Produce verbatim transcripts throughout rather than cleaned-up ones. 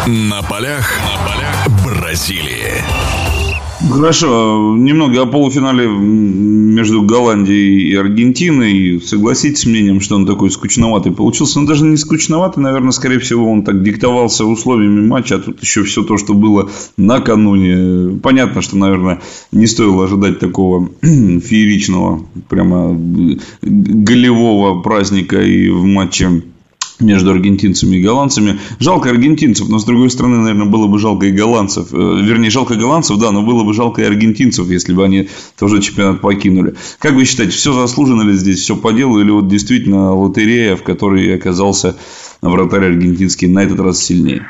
На полях, на полях Бразилии. Хорошо, немного о полуфинале между Голландией и Аргентиной. Согласитесь с мнением, что он такой скучноватый получился? Он даже не скучноватый, наверное, скорее всего, он так диктовался условиями матча, а тут еще все то, что было накануне. Понятно, что, наверное, не стоило ожидать такого фееричного, прямо голевого праздника и в матче между аргентинцами и голландцами. Жалко аргентинцев, но с другой стороны, наверное, было бы жалко и голландцев. Вернее, жалко голландцев, да, но было бы жалко и аргентинцев, если бы они тоже чемпионат покинули. Как вы считаете, все заслуженно ли здесь, все по делу, или вот действительно лотерея, в которой оказался вратарь аргентинский на этот раз сильнее?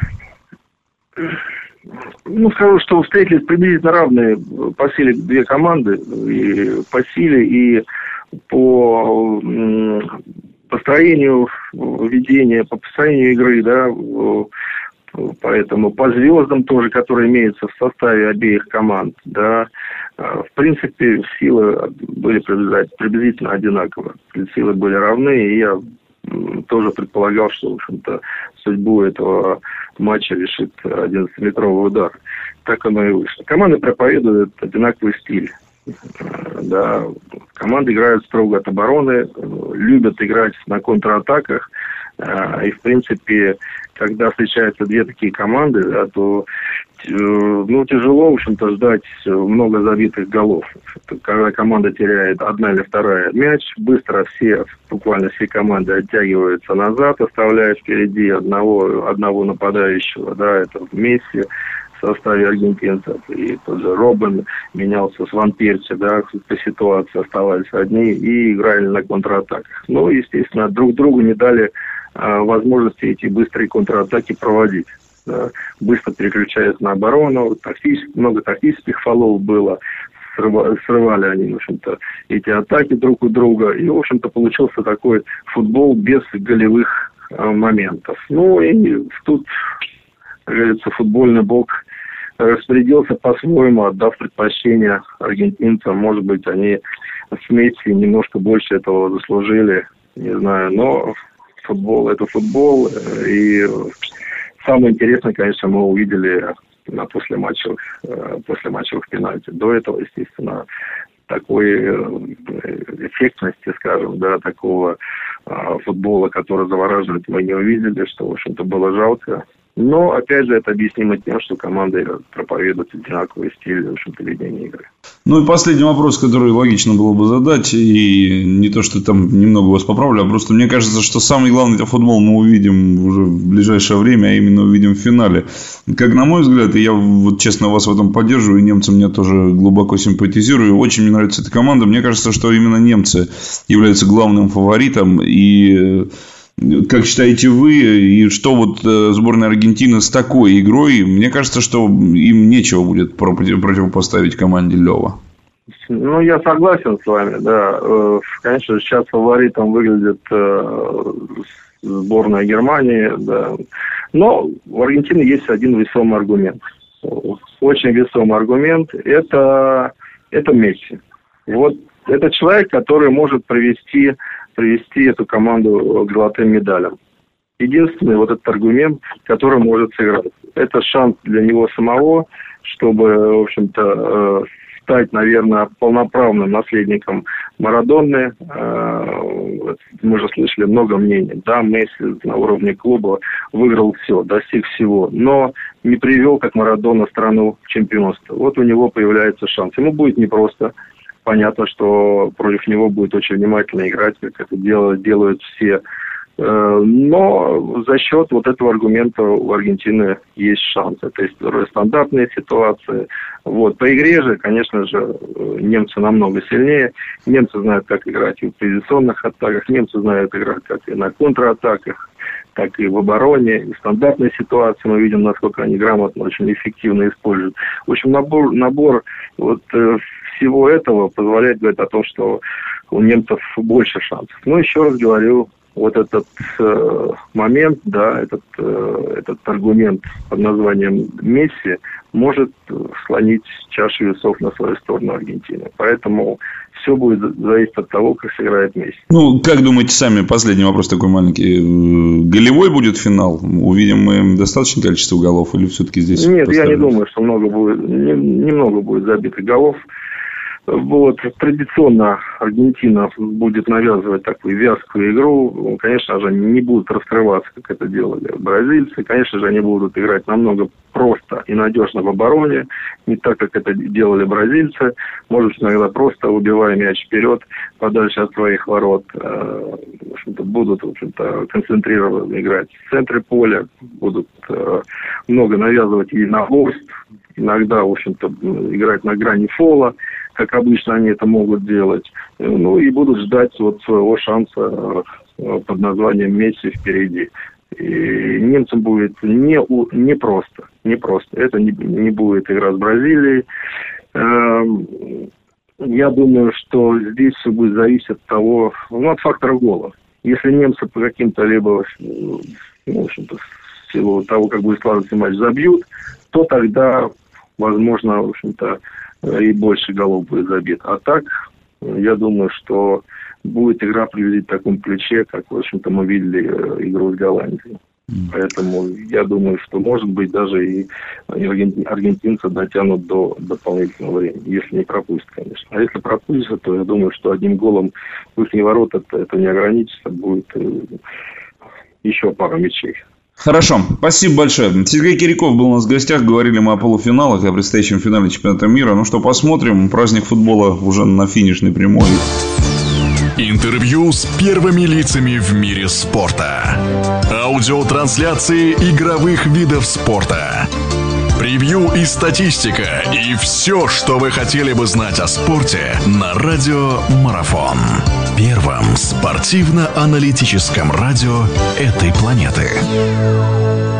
Ну, скажу, что встретились приблизительно равные по силе две команды, и по силе и по построению ведения, по построению игры, да, поэтому по звездам тоже, которые имеются в составе обеих команд, да, в принципе, силы были приблизительно одинаковые, силы были равны, и я тоже предполагал, что, в общем-то, судьбу этого матча решит одиннадцатиметровый удар. Так оно и вышло. Команды проповедуют одинаковый стиль. Да, команды играют строго от обороны, любят играть на контратаках. И, в принципе, когда встречаются две такие команды, да, то ну, тяжело, в общем-то, ждать много забитых голов. Когда команда теряет одна или вторая мяч, быстро все, буквально все команды оттягиваются назад, оставляя впереди одного, одного нападающего. Да, это Месси в составе аргентинцев, и тот же Робben менялся с Ван Перси, да, по ситуации оставались одни и играли на контратаках. Ну, естественно, друг другу не дали а, возможности эти быстрые контратаки проводить. Да, быстро переключаясь на оборону, тактически, много тактических фолов было, срывали, срывали они, в общем-то, эти атаки друг у друга, и, в общем-то, получился такой футбол без голевых а, моментов. Ну, и тут, как говорится, футбольный бог распорядился по-своему, отдав предпочтение аргентинцам. Может быть, они с Месси немножко больше этого заслужили, не знаю. Но футбол – это футбол. И самое интересное, конечно, мы увидели на послематчевых, послематчевых пенальти. До этого, естественно, такой эффектности, скажем, да, такого футбола, который завораживает, мы не увидели, что, в общем-то, было жалко. Но, опять же, это объяснимо тем, что команды проповедуют одинаковый стиль, в общем-то, ведения игры. Ну и последний вопрос, который логично было бы задать, и не то, что там немного вас поправлю, а просто мне кажется, что самый главный футбол мы увидим уже в ближайшее время, а именно увидим в финале. Как на мой взгляд, и я вот честно вас в этом поддерживаю, и немцам я тоже глубоко симпатизирую, очень мне нравится эта команда, мне кажется, что именно немцы являются главным фаворитом, и... Как считаете вы, и что вот сборная Аргентины с такой игрой, мне кажется, что им нечего будет противопоставить команде Лёва. Ну, я согласен с вами, да. Конечно, сейчас фаворитом выглядит сборная Германии, да. Но у Аргентины есть один весомый аргумент. Очень весомый аргумент. Это, это Месси. Вот это человек, который может привести... привести эту команду к золотым медалям. Единственный вот этот аргумент, который может сыграть. Это шанс для него самого, чтобы, в общем-то, стать, наверное, полноправным наследником Марадоны. Мы же слышали много мнений. Да, Месси на уровне клуба выиграл все, достиг всего, но не привел, как Марадона, страну в чемпионство. Вот у него появляется шанс. Ему будет непросто. Понятно, что против него будет очень внимательно играть, как это делают, делают все. Но за счет вот этого аргумента у Аргентины есть шанс. Это стандартные ситуации. Вот. По игре же, конечно же, немцы намного сильнее. Немцы знают, как играть и в позиционных атаках. Немцы знают играть как и на контратаках, так и в обороне. И в стандартной ситуации мы видим, насколько они грамотно, очень эффективно используют. В общем, набор, набор вот, всего этого позволяет говорить о том, что у немцев больше шансов. Но еще раз говорю, вот этот э, момент, да, этот, э, этот аргумент под названием Месси может склонить чашу весов на свою сторону Аргентины. Поэтому все будет зависеть от того, как сыграет Месси. Ну, как думаете сами, последний вопрос такой маленький. Голевой будет финал? Увидим мы достаточное количество голов или все-таки здесь? Нет, я не думаю, что много будет, немного будет забитых голов. Вот, традиционно Аргентина будет навязывать такую вязкую игру. Конечно же, они не будут раскрываться, как это делали бразильцы. Конечно же, они будут играть намного просто и надежно в обороне. Не так, как это делали бразильцы. Может, иногда просто убивая мяч вперед, подальше от своих ворот. В общем-то, будут, в общем-то, концентрированно играть в центре поля. Будут много навязывать единоборств. Иногда, в общем-то, играть на грани фола, как обычно они это могут делать. Ну, и будут ждать вот своего шанса под названием Месси впереди. И немцам будет не, не просто. Не просто. Это не, не будет игра с Бразилией. Я думаю, что здесь все будет зависеть от того, ну, от фактора гола. Если немцы по каким-то либо, ну, в общем-то, в силу того, как будет складываться матч, забьют, то тогда, возможно, в общем-то, и больше голов будет забит. А так, я думаю, что будет игра приблизительно в таком ключе, как, в общем-то, мы видели игру с Голландией. Mm. Поэтому я думаю, что, может быть, даже и аргентинцы дотянут до дополнительного времени, если не пропустят, конечно. А если пропустят, то я думаю, что одним голом в их ворот это, это не ограничится, будет еще пара мячей. Хорошо, спасибо большое. Сергей Киряков был у нас в гостях. Говорили мы о полуфиналах, о предстоящем финале чемпионата мира. Ну что, посмотрим. Праздник футбола уже на финишной прямой. Интервью с первыми лицами в мире спорта. Аудиотрансляции игровых видов спорта. Превью и статистика. И все, что вы хотели бы знать о спорте на Радио Марафон. Первом спортивно-аналитическом радио этой планеты.